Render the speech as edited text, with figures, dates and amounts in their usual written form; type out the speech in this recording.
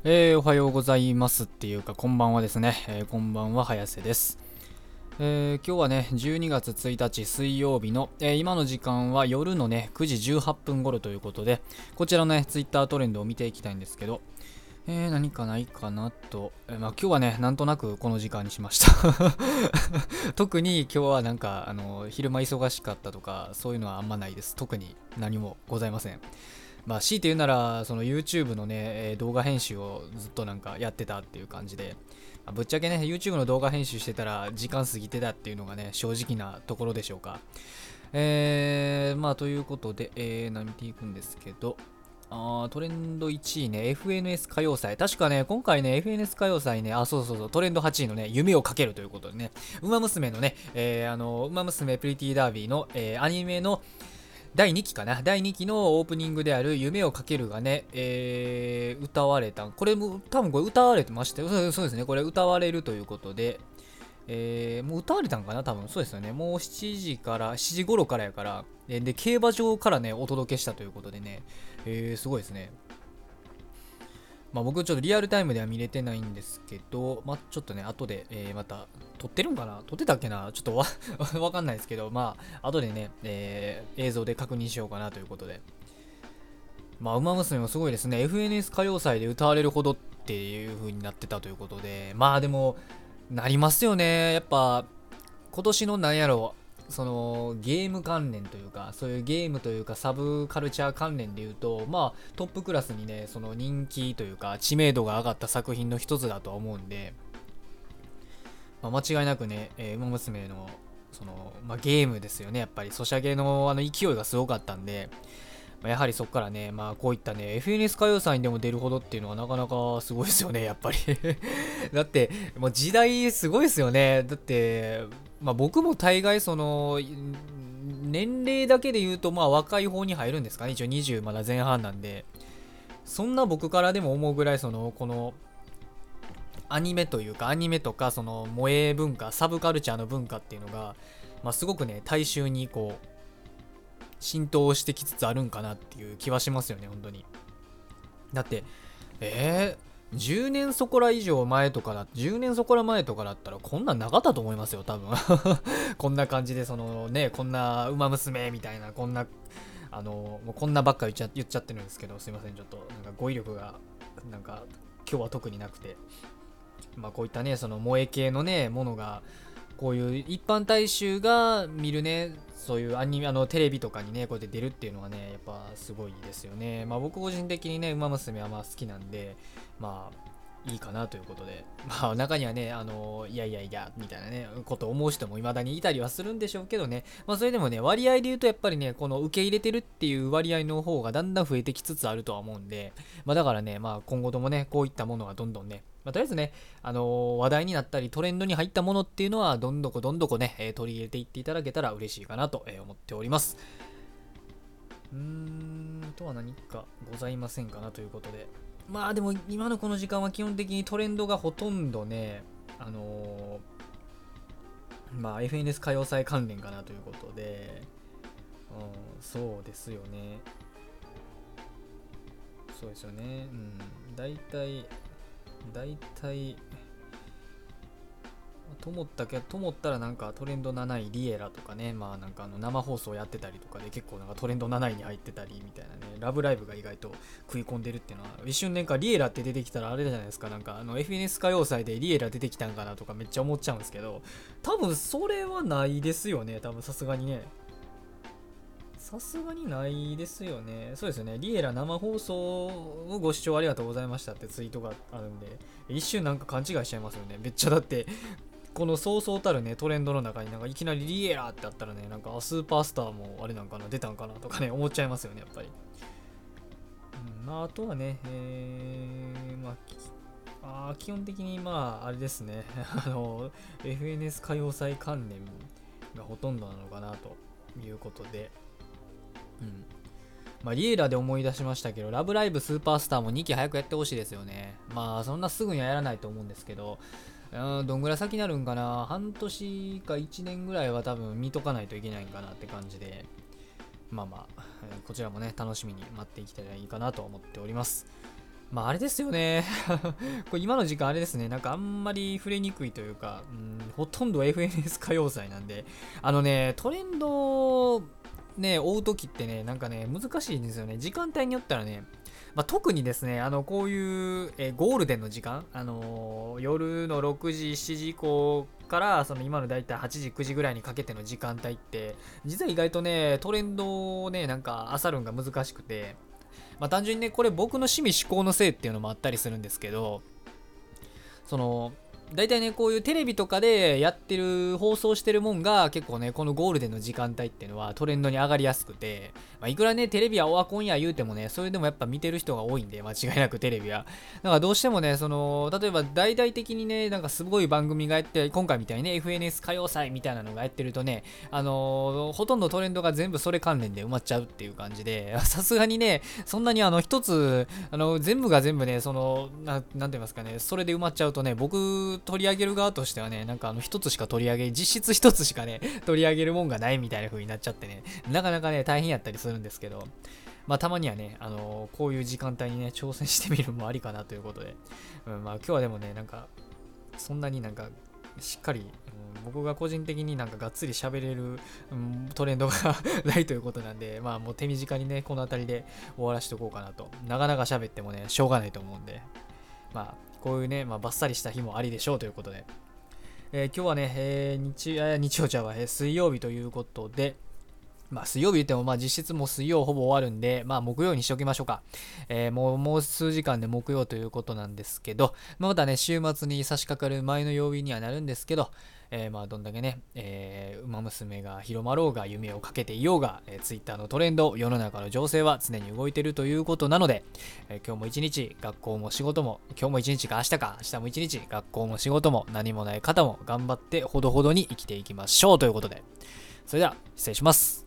おはようございますっていうか、こんばんはですね。こんばんは、早瀬です。今日はね、12月1日水曜日の、今の時間は夜のね、9時18分頃ということで、こちらのね、ツイッタートレンドを見ていきたいんですけど、何かないかなと、今日はね、なんとなくこの時間にしました。特に今日はなんか、昼間忙しかったとか、そういうのはあんまないです。特に何もございません。強いて言うなら、その YouTube のね、動画編集をずっとなんかやってたっていう感じで、ぶっちゃけね、YouTube の動画編集してたら時間過ぎてたっていうのがね、正直なところでしょうか。ということで、見ていくんですけど、トレンド1位ね、FNS 歌謡祭。確かね、今回ね、FNS 歌謡祭ね、そう、トレンド8位のね、夢をかけるということでね、ウマ娘のね、ウマ娘プリティダービーの、アニメの第2期かな第2期のオープニングである夢をかけるがね、歌われた。これも、多分これ歌われてましたよ。そうですね。これ歌われるということで、もう歌われたんかな多分そうですよね。もう7時から、7時頃からやから、で、競馬場からね、お届けしたということでね、すごいですね。僕ちょっとリアルタイムでは見れてないんですけど、ちょっとね、後で、また、撮ってるんかな撮ってたっけなちょっとわかんないですけど、後でね、映像で確認しようかなということで。ウマ娘もすごいですね。FNS 歌謡祭で歌われるほどっていう風になってたということで、でも、なりますよね。やっぱ、今年のなんやろそのゲーム関連というか、そういうゲームというかサブカルチャー関連で言うと、トップクラスにね、その人気というか知名度が上がった作品の一つだとは思うんで、間違いなくね、ウマ娘のゲームですよね。やっぱりソシャゲの勢いがすごかったんで、やはりそこからね、こういったね、FNS 歌謡祭にでも出るほどっていうのはなかなかすごいですよね、やっぱりだって、もう時代すごいですよね。だって、僕も大概年齢だけで言うと、若い方に入るんですかね。一応20まだ前半なんで、そんな僕からでも思うぐらい、この、アニメというか、アニメとか、その、萌え文化、サブカルチャーの文化っていうのが、すごくね、大衆にこう、浸透してきつつあるんかなっていう気はしますよね、本当に。だって、10年そこら以上前とか10年そこら前とかだったらこんなんなかったと思いますよ、多分。こんな感じで、そのね、こんな馬娘みたいな、こんな、もうこんなばっか言っちゃってるんですけど、すいません、ちょっと、なんか語彙力が、なんか、今日は特になくて。こういったね、その萌え系のね、ものが、こういう一般大衆が見るね、そういうアニメ、テレビとかにね、こうやって出るっていうのはね、やっぱすごいですよね。僕個人的にね、馬娘は好きなんで、いいかなということで。中にはね、いやいやいや、みたいなね、ことを思う人も未だにいたりはするんでしょうけどね。それでもね、割合で言うとやっぱりね、この受け入れてるっていう割合の方がだんだん増えてきつつあるとは思うんで、だからね、今後ともね、こういったものがどんどんね、とりあえずね、話題になったりトレンドに入ったものっていうのはどんどこね、取り入れていっていただけたら嬉しいかなと思っております。とは何かございませんかなということで。でも今のこの時間は基本的にトレンドがほとんどね、FNS 歌謡祭関連かなということで、そうですよね。そうですよね。大体、と思ったらなんかトレンド7位リエラとかね、なんか生放送やってたりとかで結構なんかトレンド7位に入ってたりみたいなね、ラブライブが意外と食い込んでるっていうのは、一瞬なんかリエラって出てきたらあれじゃないですか、なんかFNS 歌謡祭でリエラ出てきたんかなとかめっちゃ思っちゃうんですけど、多分それはないですよね、多分さすがにね。さすがにないですよね。そうですよね。リエラ生放送をご視聴ありがとうございましたってツイートがあるんで、一瞬なんか勘違いしちゃいますよね。めっちゃだって、このそうそうたるね、トレンドの中になんかいきなりリエラーってあったらね、なんかスーパースターもあれなんかな、出たんかなとかね、思っちゃいますよね、やっぱり。あとはね、基本的にあれですね、FNS 歌謡祭関連がほとんどなのかなということで、うん。リエラで思い出しましたけど、ラブライブスーパースターも2期早くやってほしいですよね。そんなすぐにはやらないと思うんですけど、どんぐらい先になるんかな、半年か1年ぐらいは多分見とかないといけないんかなって感じで、こちらもね、楽しみに待っていきたらいいかなと思っております。 まああれですよね。これ今の時間あれですね。なんかあんまり触れにくいというか、ほとんど FNS 歌謡祭なんで、トレンドをね、追うときってね、なんかね、難しいんですよね。時間帯によったらね、まあ、特にですね、こういう、ゴールデンの時間、夜の6時、7時以降から、その今のだいたい8時、9時ぐらいにかけての時間帯って、実は意外とね、トレンドをね、なんか漁るんが難しくて、まあ単純にね、これ僕の趣味思考のせいっていうのもあったりするんですけど、その、大体ね、こういうテレビとかでやってる、放送してるもんが結構ね、このゴールデンの時間帯っていうのはトレンドに上がりやすくて、まあ、いくらね、テレビはオワコンや言うてもね、それでもやっぱ見てる人が多いんで、間違いなくテレビは。だからどうしてもね、例えば大々的にね、なんかすごい番組がやって、今回みたいにね、FNS 歌謡祭みたいなのがやってるとね、ほとんどトレンドが全部それ関連で埋まっちゃうっていう感じで、さすがにね、そんなに一つ、全部が全部ね、なんて言いますかね、それで埋まっちゃうとね、僕取り上げる側としてはね、なんか一つしか取り上げ、実質一つしかね、取り上げるもんがないみたいな風になっちゃってね、なかなかね、大変やったりするんですけど、まあたまにはね、こういう時間帯にね、挑戦してみるのもありかなということで、まあ今日はでもね、なんか、そんなになんか、しっかり、僕が個人的になんかがっつり喋れる、トレンドがないということなんで、まあもう手短にね、この辺りで終わらしておこうかなと。なかなか喋ってもね、しょうがないと思うんで、まあ、こういうね、まあ、バッサリした日もありでしょうということで、今日はね、日曜じゃは、水曜日ということで、まあ、水曜日言っても、まあ、実質もう水曜ほぼ終わるんで、まあ、木曜にしておきましょうか。もう数時間で木曜ということなんですけど、またね、週末に差し掛かる前の曜日にはなるんですけど、まあ、どんだけね、ウマ娘が広まろうが、夢をかけていようが、ツイッターのトレンド、世の中の情勢は常に動いているということなので、今日も一日、学校も仕事も、今日も一日か明日か、明日も一日、学校も仕事も何もない方も頑張ってほどほどに生きていきましょうということで、それでは失礼します。